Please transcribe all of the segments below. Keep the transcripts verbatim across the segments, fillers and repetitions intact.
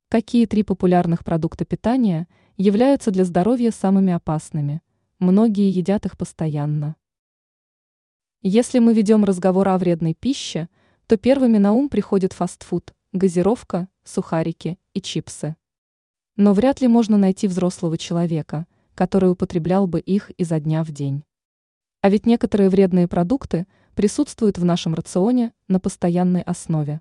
Какие три популярных продукта питания являются для здоровья самыми опасными? Многие едят их постоянно. Если мы ведем разговор о вредной пище, то первыми на ум приходит фастфуд, газировка, сухарики и чипсы. Но вряд ли можно найти взрослого человека, который употреблял бы их изо дня в день. А ведь некоторые вредные продукты присутствуют в нашем рационе на постоянной основе.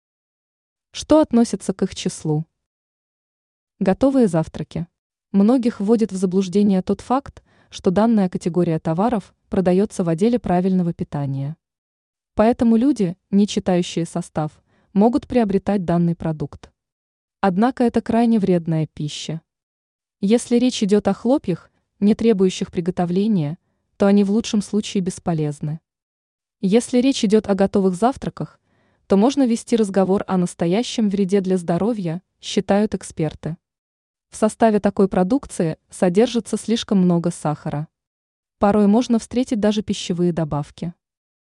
Что относится к их числу? Готовые завтраки. Многих вводит в заблуждение тот факт, что данная категория товаров продается в отделе правильного питания. Поэтому люди, не читающие состав, могут приобретать данный продукт. Однако это крайне вредная пища. Если речь идет о хлопьях, не требующих приготовления, то они в лучшем случае бесполезны. Если речь идет о готовых завтраках, то можно вести разговор о настоящем вреде для здоровья, считают эксперты. В составе такой продукции содержится слишком много сахара. Порой можно встретить даже пищевые добавки.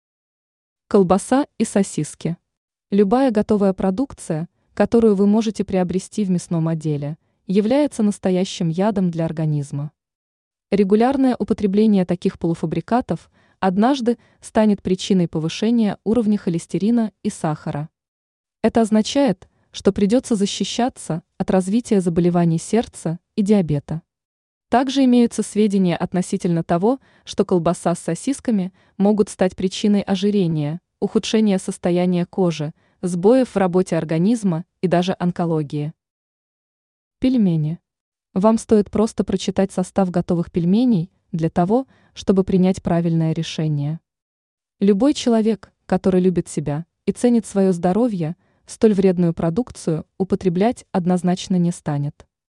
Колбаса и сосиски. Любая готовая продукция, которую вы можете приобрести в мясном отделе, является настоящим ядом для организма. Регулярное употребление таких полуфабрикатов однажды станет причиной повышения уровня холестерина и сахара. Это означает, что придется защищаться от развития заболеваний сердца и диабета. Также имеются сведения относительно того, что колбаса с сосисками могут стать причиной ожирения, ухудшения состояния кожи, сбоев в работе организма и даже онкологии. Пельмени. Вам стоит просто прочитать состав готовых пельменей для того, чтобы принять правильное решение. Любой человек, который любит себя и ценит свое здоровье, столь вредную продукцию употреблять однозначно не станет.